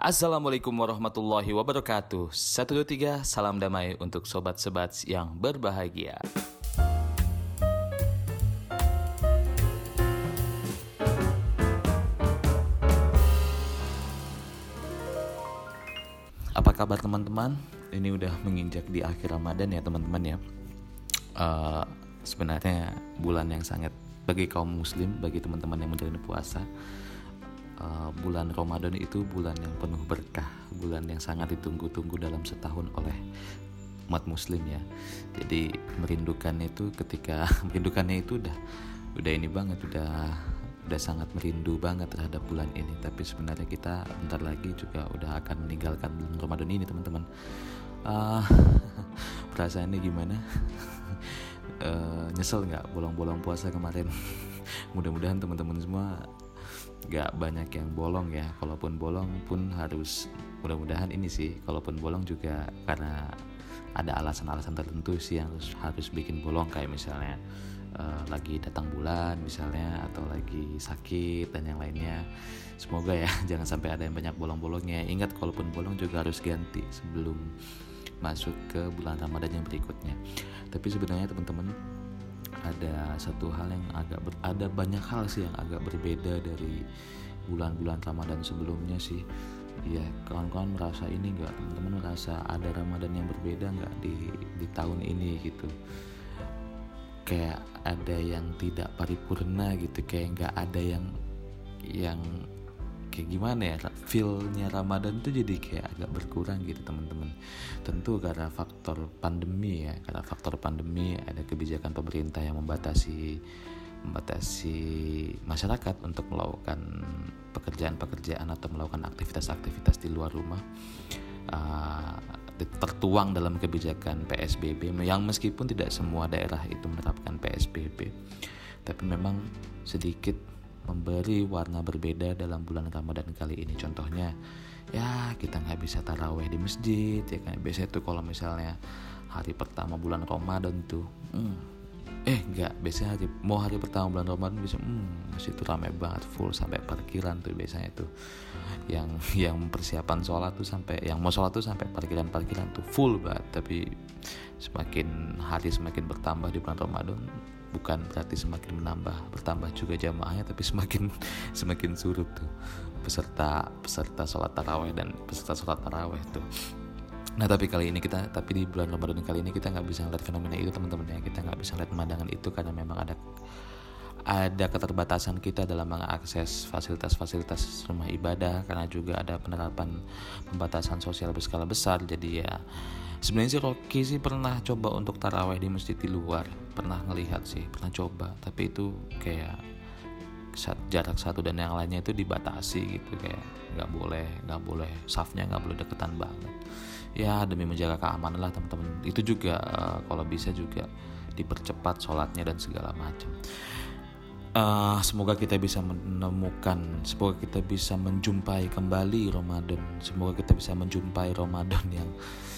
Assalamualaikum warahmatullahi wabarakatuh. 1, 2, 3, salam damai untuk sobat-sobat yang berbahagia. Apa kabar teman-teman? Ini udah menginjak di akhir Ramadan ya teman-teman ya. Sebenarnya bulan yang sangat bagi kaum muslim, bagi teman-teman yang menjalani puasa, bulan Ramadan itu bulan yang penuh berkah, bulan yang sangat ditunggu-tunggu dalam setahun oleh umat muslim ya. Jadi merindukannya itu udah ini banget, udah sangat merindu banget terhadap bulan ini. Tapi sebenarnya kita bentar lagi juga udah akan meninggalkan bulan Ramadan ini teman-teman. Perasaannya gimana? Nyesel nggak bolong-bolong puasa kemarin? Mudah-mudahan teman-teman semua gak banyak yang bolong ya. Kalaupun bolong pun harus, mudah-mudahan ini sih, kalaupun bolong juga karena ada alasan-alasan tertentu sih yang harus bikin bolong, kayak misalnya lagi datang bulan misalnya, atau lagi sakit dan yang lainnya. Semoga ya jangan sampai ada yang banyak bolong-bolongnya. Ingat, kalaupun bolong juga harus ganti sebelum masuk ke bulan Ramadan yang berikutnya. Tapi sebenarnya teman-teman, ada satu hal yang ada banyak hal sih yang agak berbeda dari bulan-bulan Ramadan sebelumnya sih. Ya, kawan-kawan merasa ini nggak, teman-teman merasa ada Ramadan yang berbeda nggak di tahun ini gitu? Kayak ada yang tidak paripurna gitu, kayak nggak ada yang kayak gimana ya, feel-nya Ramadan tuh jadi kayak agak berkurang gitu teman-teman. Tentu karena faktor pandemi ya, ada kebijakan pemerintah yang membatasi masyarakat untuk melakukan pekerjaan-pekerjaan atau melakukan aktivitas-aktivitas di luar rumah. Tertuang dalam kebijakan PSBB, yang meskipun tidak semua daerah itu menerapkan PSBB, tapi memang sedikit memberi warna berbeda dalam bulan Ramadan kali ini. Contohnya ya, kita nggak bisa taraweh di masjid ya kan. Biasanya tuh kalau misalnya hari pertama bulan Ramadan tuh biasanya hari pertama bulan Ramadan bisa masjid tuh ramai banget, full sampai parkiran tuh biasanya tuh. Yang persiapan sholat tuh sampai, yang mau sholat tuh sampai parkiran tuh full banget. Tapi semakin hari semakin bertambah di bulan Ramadan, bukan berarti semakin bertambah juga jamaahnya, tapi semakin surut tuh peserta sholat taraweh dan peserta sholat taraweh tuh. Nah, tapi di bulan Ramadan kali ini kita nggak bisa ngeliat fenomena itu teman-teman ya. Kita nggak bisa ngeliat pemandangan itu karena memang ada keterbatasan kita dalam mengakses fasilitas rumah ibadah, karena juga ada penerapan pembatasan sosial berskala besar. Jadi ya, sebenarnya sih Rocky sih pernah coba untuk taraweh di masjid di luar, pernah coba, tapi itu kayak jarak satu dan yang lainnya itu dibatasi gitu, kayak nggak boleh safnya nggak boleh deketan banget ya, demi menjaga keamanan lah teman-teman. Itu juga kalau bisa juga dipercepat sholatnya dan segala macam. Semoga kita bisa menjumpai kembali Ramadan. Semoga kita bisa menjumpai Ramadan yang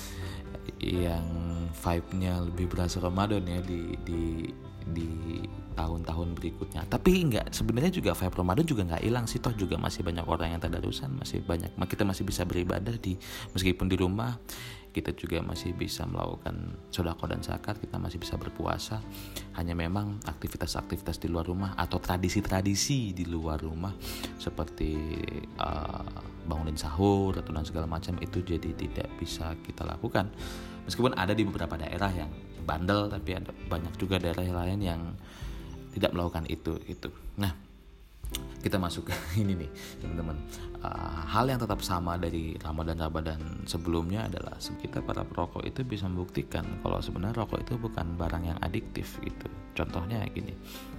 vibe-nya lebih berasa Ramadan ya di tahun-tahun berikutnya. Tapi sebenarnya juga vibe Ramadan juga nggak hilang sih, toh juga masih banyak orang yang tadarusan, kita masih bisa beribadah meskipun di rumah. Kita juga masih bisa melakukan sedekah dan zakat, kita masih bisa berpuasa. Hanya memang aktivitas-aktivitas di luar rumah atau tradisi-tradisi di luar rumah seperti bangunin sahur atau dan segala macam itu jadi tidak bisa kita lakukan. Meskipun ada di beberapa daerah yang bandel, tapi ada banyak juga daerah lain yang tidak melakukan itu gitu. Nah, kita masuk ke ini nih teman-teman. Hal yang tetap sama dari Ramadan sebelumnya adalah kita para perokok itu bisa membuktikan kalau sebenarnya rokok itu bukan barang yang adiktif gitu. Contohnya gini,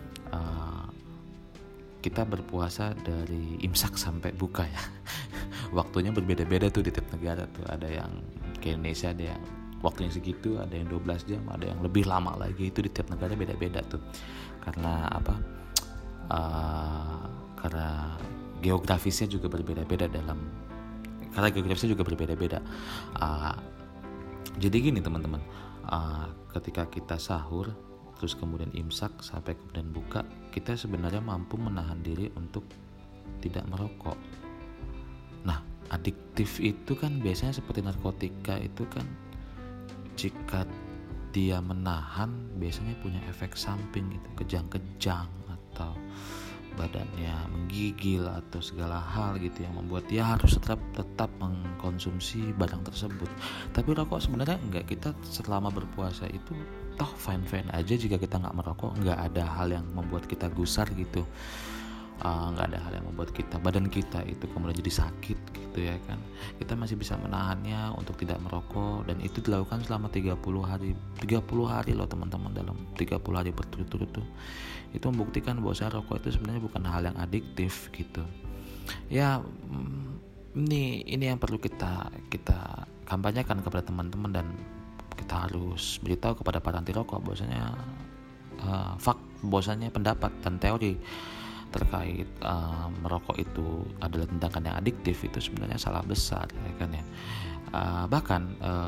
kita berpuasa dari imsak sampai buka ya. Waktunya berbeda-beda tuh di tiap negara tuh. Ada yang ke Indonesia ada yang waktunya segitu, ada yang 12 jam, ada yang lebih lama lagi. Itu di tiap negara beda-beda tuh. Karena apa? Karena geografisnya juga berbeda-beda jadi gini teman-teman, ketika kita sahur terus kemudian imsak sampai kemudian buka, kita sebenarnya mampu menahan diri untuk tidak merokok. Nah, adiktif itu kan biasanya seperti narkotika itu kan, jika dia menahan biasanya punya efek samping gitu, kejang-kejang atau badannya menggigil atau segala hal gitu yang membuat dia harus tetap mengkonsumsi barang tersebut. Tapi rokok sebenarnya enggak, kita selama berpuasa itu toh fine aja jika kita nggak merokok, nggak ada hal yang membuat kita gusar gitu, nggak ada hal yang membuat badan kita itu kemudian jadi sakit gitu ya kan. Kita masih bisa menahannya untuk tidak merokok, dan itu dilakukan selama 30 hari loh teman-teman. Dalam 30 hari berturut-turut tuh, itu membuktikan bahwa rokok itu sebenarnya bukan hal yang adiktif gitu ya. Ini yang perlu kita kampanyekan kepada teman-teman, dan kita harus beritahu kepada para anti rokok bahwasanya bahwasanya pendapat dan teori terkait merokok itu adalah tindakan yang adiktif itu sebenarnya salah besar ya kan ya. Bahkan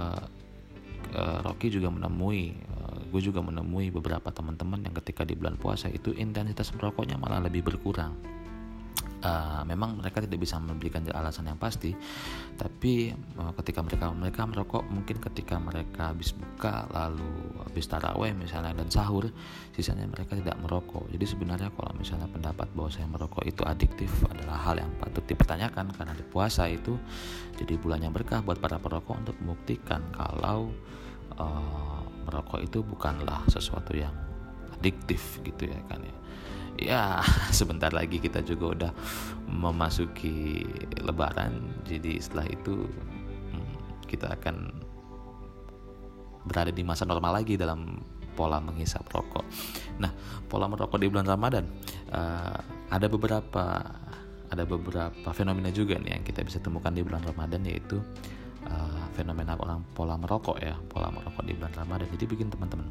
Rocky juga gue juga menemui beberapa teman-teman yang ketika di bulan puasa itu intensitas merokoknya malah lebih berkurang. Memang mereka tidak bisa memberikan alasan yang pasti, tapi ketika mereka merokok, mungkin ketika mereka habis buka lalu habis taraweh misalnya dan sahur, sisanya mereka tidak merokok. Jadi sebenarnya kalau misalnya pendapat bahwa saya merokok itu adiktif adalah hal yang patut dipertanyakan, karena di puasa itu jadi bulan yang berkah buat para perokok untuk membuktikan kalau merokok itu bukanlah sesuatu yang adiktif gitu ya kan ya. Ya sebentar lagi kita juga udah memasuki lebaran, jadi setelah itu kita akan berada di masa normal lagi dalam pola menghisap rokok. Nah, pola merokok di bulan Ramadan ada beberapa fenomena juga nih yang kita bisa temukan di bulan Ramadan, yaitu fenomena pola merokok di bulan Ramadan. Jadi bikin teman-teman,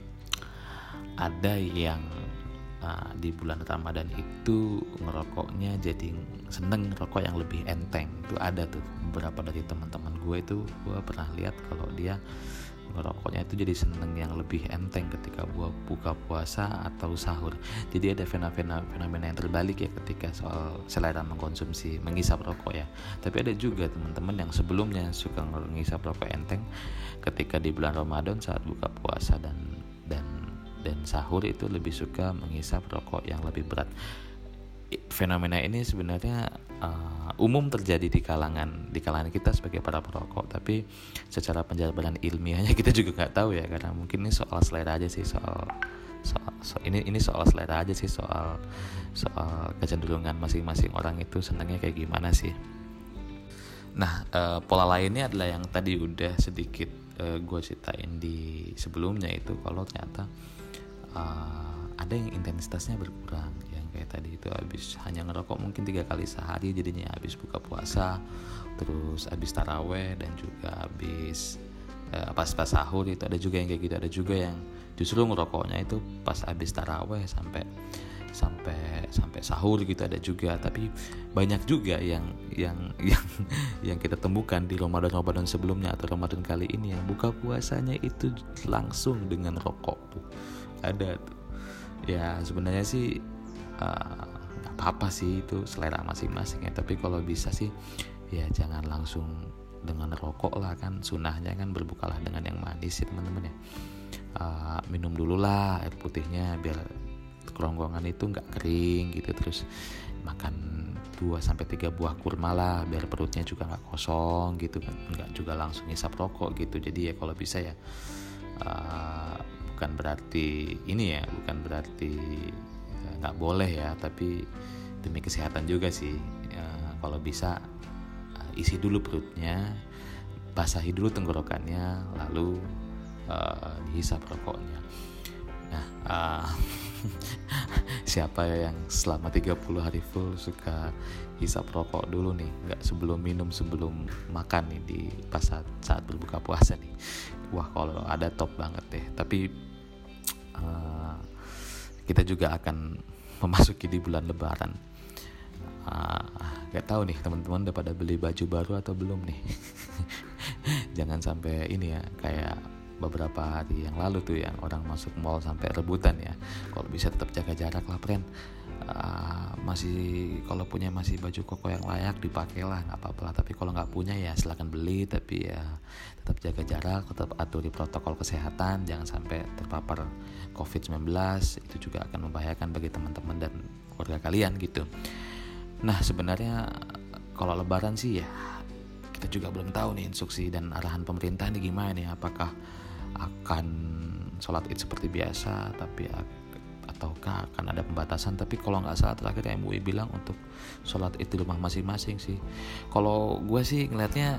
ada yang di bulan Ramadan itu ngerokoknya jadi seneng rokok yang lebih enteng. Itu ada tuh beberapa dari teman-teman gue itu, gue pernah lihat kalau dia ngerokoknya itu jadi seneng yang lebih enteng ketika buka puasa atau sahur. Jadi ada fenomena yang terbalik ya ketika soal selera menghisap rokok ya. Tapi ada juga teman-teman yang sebelumnya suka menghisap rokok enteng, ketika di bulan Ramadan saat buka puasa dan sahur itu lebih suka menghisap rokok yang lebih berat. Fenomena ini sebenarnya umum terjadi di kalangan kita sebagai para perokok, tapi secara penjabaran ilmiahnya kita juga nggak tahu ya, karena mungkin ini soal selera aja sih, ini soal selera aja sih, soal kecenderungan masing-masing orang itu senangnya kayak gimana sih. Nah, pola lainnya adalah yang tadi udah sedikit gue ceritain di sebelumnya, itu kalau ternyata ada yang intensitasnya berkurang, yang kayak tadi itu habis hanya ngerokok mungkin 3 kali sehari, jadinya habis buka puasa, terus habis taraweh, dan juga habis pas sahur itu ada juga yang kayak gitu. Ada juga yang justru ngerokoknya itu pas habis taraweh sampai sahur gitu, ada juga. Tapi banyak juga yang kita temukan di Ramadan sebelumnya atau Ramadan kali ini yang buka puasanya itu langsung dengan rokok tuh. Ada tuh. Ya sebenarnya sih nggak apa-apa sih, itu selera masing-masing ya. Tapi kalau bisa sih ya jangan langsung dengan rokok lah, kan sunahnya kan berbukalah dengan yang manis ya teman-teman ya. Minum dulu lah air putihnya biar kerongkongan itu nggak kering gitu, terus makan 2-3 buah kurma lah biar perutnya juga nggak kosong gitu kan, nggak juga langsung ngisap rokok gitu. Jadi ya kalau bisa ya bukan berarti nggak boleh ya, tapi demi kesehatan juga sih. Kalau bisa isi dulu perutnya, basahi dulu tenggorokannya, lalu dihisap rokoknya. Nah, siapa yang selama 30 hari full suka hisap rokok dulu nih, nggak sebelum minum, sebelum makan nih di pas saat berbuka puasa nih. Wah, kalau ada top banget deh. Tapi kita juga akan memasuki di bulan Lebaran. Gak tahu nih teman-teman udah pada beli baju baru atau belum nih. Jangan sampai ini ya, kayak beberapa hari yang lalu tuh yang orang masuk mall sampai rebutan ya. Kalau bisa tetap jaga jarak lah friend. masih kalau punya masih baju koko yang layak dipakailah, nggak apa-apa lah. Tapi kalau nggak punya ya silakan beli, tapi ya tetap jaga jarak, tetap aturi protokol kesehatan, jangan sampai terpapar COVID-19. Itu juga akan membahayakan bagi teman-teman dan keluarga kalian gitu. Nah sebenarnya kalau lebaran sih ya kita juga belum tahu nih instruksi dan arahan pemerintah ini gimana nih, apakah akan sholat id seperti biasa ataukah akan ada pembatasan. Tapi kalau nggak salah terakhir MUI bilang untuk sholat id di rumah masing-masing sih. Kalau gue sih ngelihatnya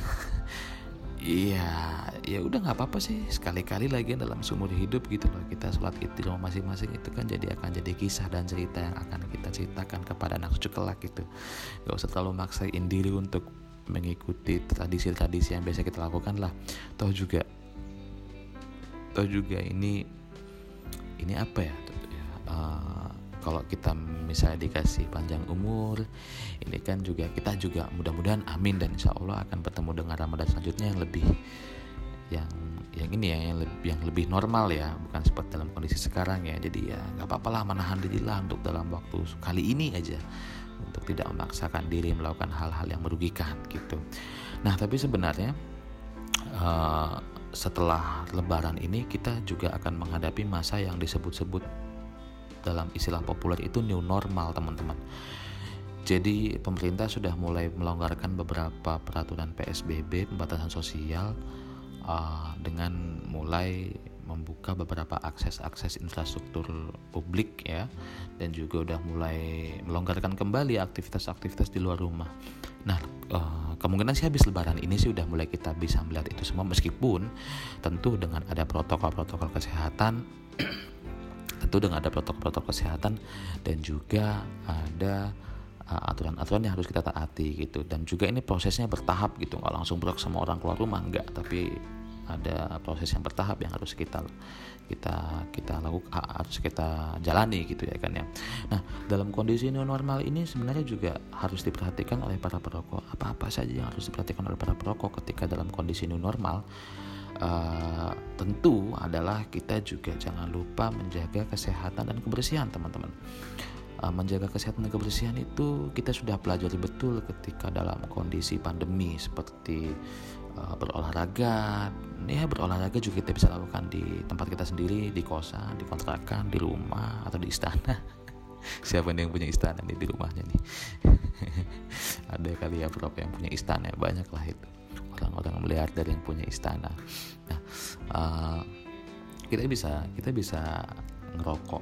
iya ya udah nggak apa-apa sih, sekali-kali lagi dalam seumur hidup gitu loh kita sholat id di rumah masing-masing. Itu kan akan jadi kisah dan cerita yang akan kita ceritakan kepada anak cucu kelak gitu. Gak usah terlalu maksain diri untuk mengikuti tradisi-tradisi yang biasa kita lakukan lah. Toh juga ini apa ya, kalau kita misalnya dikasih panjang umur, ini kan juga kita juga mudah-mudahan amin dan insya Allah akan bertemu dengan Ramadan selanjutnya yang lebih yang lebih normal ya, bukan seperti dalam kondisi sekarang ya. Jadi ya nggak apa-apa lah, menahan diri lah untuk dalam waktu kali ini aja, untuk tidak memaksakan diri melakukan hal-hal yang merugikan gitu. Nah tapi sebenarnya setelah lebaran ini kita juga akan menghadapi masa yang disebut-sebut dalam istilah populer itu new normal teman-teman. Jadi pemerintah sudah mulai melonggarkan beberapa peraturan PSBB, pembatasan sosial, dengan mulai membuka beberapa akses infrastruktur publik ya, dan juga udah mulai melonggarkan kembali aktivitas-aktivitas di luar rumah. Nah kemungkinan sih habis lebaran ini sih udah mulai kita bisa melihat itu semua, meskipun tentu dengan ada protokol-protokol kesehatan dan juga ada aturan-aturan yang harus kita taati gitu. Dan juga ini prosesnya bertahap gitu, nggak langsung brok semua orang keluar rumah, enggak, tapi ada proses yang bertahap yang harus kita lakukan, harus kita jalani gitu ya kan ya. Nah dalam kondisi new normal ini sebenarnya juga harus diperhatikan oleh para perokok. Apa saja yang harus diperhatikan oleh para perokok ketika dalam kondisi new normal? Tentu adalah kita juga jangan lupa menjaga kesehatan dan kebersihan teman-teman. Menjaga kesehatan dan kebersihan itu kita sudah pelajari betul ketika dalam kondisi pandemi, seperti berolahraga juga kita bisa lakukan di tempat kita sendiri, di kosan, di kontrakan, di rumah, atau di istana. Siapa nih yang punya istana nih di rumahnya nih? Ada kali ya perokok yang punya istana, banyak lah itu orang-orang miliarder yang punya istana. Nah kita bisa ngerokok,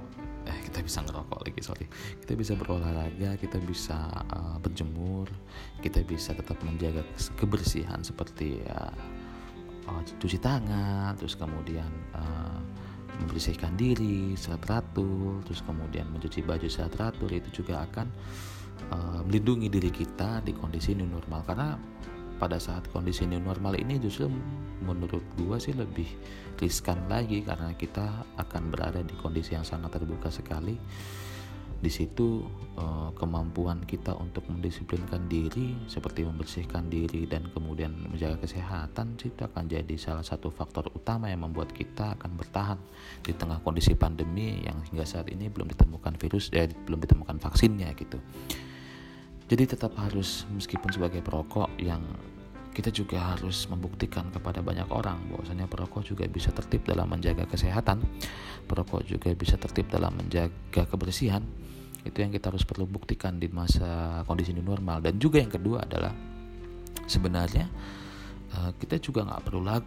kita bisa berolahraga, kita bisa berjemur, kita bisa tetap menjaga kebersihan seperti cuci tangan, terus kemudian membersihkan diri secara teratur, terus kemudian mencuci baju secara teratur. Itu juga akan melindungi diri kita di kondisi new normal. Karena pada saat kondisi new normal ini justru menurut gua sih lebih riskan lagi, karena kita akan berada di kondisi yang sangat terbuka sekali. Di situ kemampuan kita untuk mendisiplinkan diri seperti membersihkan diri dan kemudian menjaga kesehatan itu akan jadi salah satu faktor utama yang membuat kita akan bertahan di tengah kondisi pandemi yang hingga saat ini belum ditemukan belum ditemukan vaksinnya gitu. Jadi tetap harus, meskipun sebagai perokok, yang kita juga harus membuktikan kepada banyak orang bahwasanya perokok juga bisa tertib dalam menjaga kesehatan, perokok juga bisa tertib dalam menjaga kebersihan. Itu yang kita harus perlu buktikan di masa kondisi new normal. Dan juga yang kedua adalah sebenarnya kita juga nggak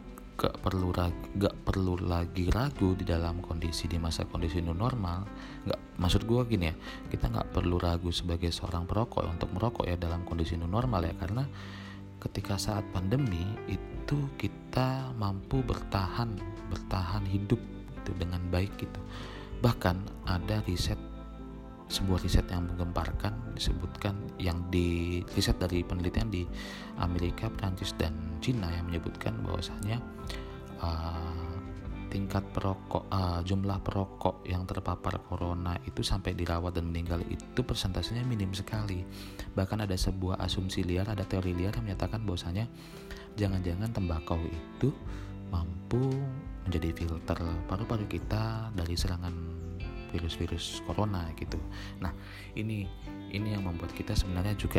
perlu lagi ragu di dalam kondisi di masa kondisi new normal. Maksud gue gini ya, kita nggak perlu ragu sebagai seorang perokok untuk merokok ya dalam kondisi new normal ya, karena ketika saat pandemi itu kita mampu bertahan hidup gitu dengan baik gitu. Bahkan ada sebuah riset yang menggemparkan, disebutkan yang di riset dari penelitian di Amerika, Prancis dan Cina yang menyebutkan bahwasanya tingkat jumlah perokok yang terpapar corona itu sampai dirawat dan meninggal itu persentasenya minim sekali. Bahkan ada sebuah asumsi liar, ada teori liar yang menyatakan bahwasanya jangan-jangan tembakau itu mampu menjadi filter paru-paru kita dari serangan virus corona gitu. Nah ini yang membuat kita sebenarnya juga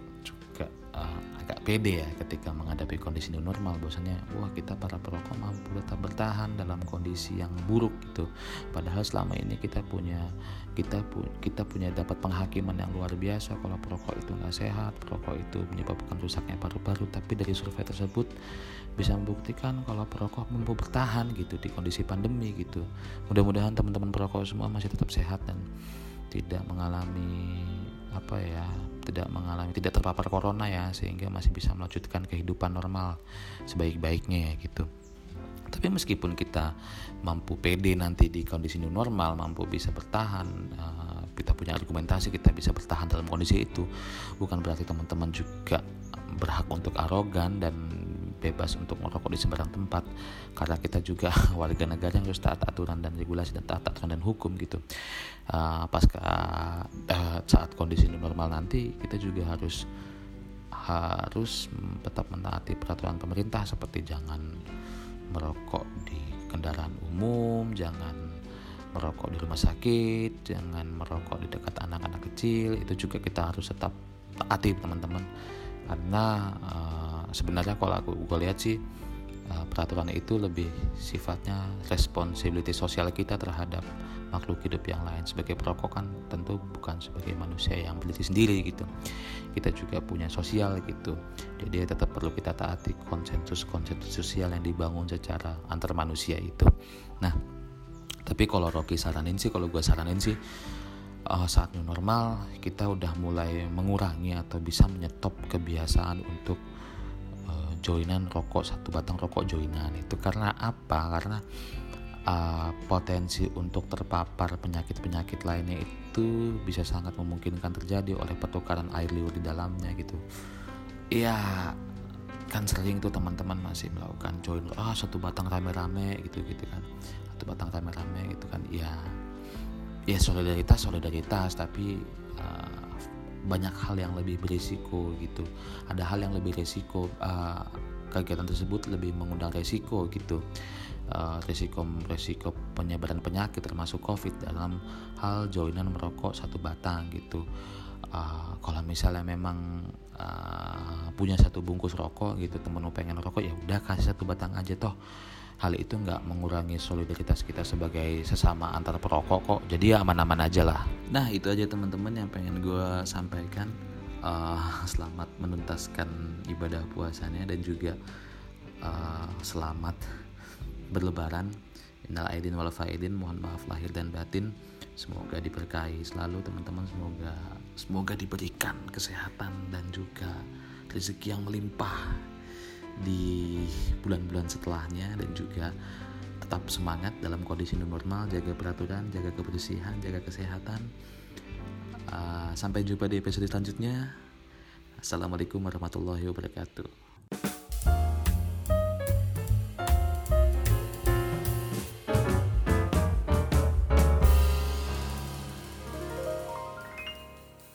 agak pede ya ketika menghadapi kondisi new normal, bahwasanya wah kita para perokok mampu tetap bertahan dalam kondisi yang buruk gitu. Padahal selama ini kita punya dapat penghakiman yang luar biasa kalau perokok itu nggak sehat, perokok itu menyebabkan rusaknya paru-paru. Tapi dari survei tersebut bisa membuktikan kalau perokok mampu bertahan gitu di kondisi pandemi gitu. Mudah-mudahan teman-teman perokok semua masih tetap sehat dan tidak tidak terpapar corona ya, sehingga masih bisa melanjutkan kehidupan normal sebaik-baiknya ya gitu. Tapi meskipun kita mampu pede nanti di kondisi new normal, mampu bisa bertahan, kita punya argumentasi, kita bisa bertahan dalam kondisi itu, bukan berarti teman-teman juga berhak untuk arogan dan bebas untuk merokok di sembarang tempat, karena kita juga warga negara yang harus taat aturan dan regulasi dan taat aturan dan hukum gitu. Saat kondisi normal nanti kita juga harus tetap mentaati peraturan pemerintah, seperti jangan merokok di kendaraan umum, jangan merokok di rumah sakit, jangan merokok di dekat anak-anak kecil. Itu juga kita harus tetap taati teman-teman, karena sebenarnya kalau gue lihat sih peraturan itu lebih sifatnya responsibility sosial kita terhadap makhluk hidup yang lain. Sebagai perokok kan tentu bukan sebagai manusia yang berdiri sendiri gitu, kita juga punya sosial gitu, jadi tetap perlu kita taati konsensus sosial yang dibangun secara antar manusia itu. Nah tapi kalau gue saranin sih saat new normal kita udah mulai mengurangi atau bisa menyetop kebiasaan untuk joinan rokok, satu batang rokok joinan itu. Karena apa? Karena potensi untuk terpapar penyakit lainnya itu bisa sangat memungkinkan terjadi oleh pertukaran air liur di dalamnya gitu. Iya kan sering tuh teman-teman masih melakukan join satu batang rame-rame gitu kan, satu batang rame-rame gitu kan. Ya solidaritas tapi banyak hal yang lebih berisiko gitu. Ada hal yang lebih risiko, kegiatan tersebut lebih mengundang resiko gitu, resiko penyebaran penyakit termasuk COVID dalam hal joinan merokok satu batang gitu. Kalau misalnya memang punya satu bungkus rokok gitu, temen pengen rokok, ya udah kasih satu batang aja, toh hal itu nggak mengurangi solidaritas kita sebagai sesama antar perokok kok. Jadi ya aman-aman aja lah. Nah itu aja teman-teman yang pengen gue sampaikan. Selamat menuntaskan ibadah puasanya dan juga selamat berlebaran. Innal aidin wal faidin, mohon maaf lahir dan batin. Semoga diberkahi selalu teman-teman, semoga diberikan kesehatan dan juga rezeki yang melimpah di bulan-bulan setelahnya, dan juga tetap semangat dalam kondisi normal, jaga peraturan, jaga kebersihan, jaga kesehatan. Sampai jumpa di episode selanjutnya. Assalamualaikum warahmatullahi wabarakatuh.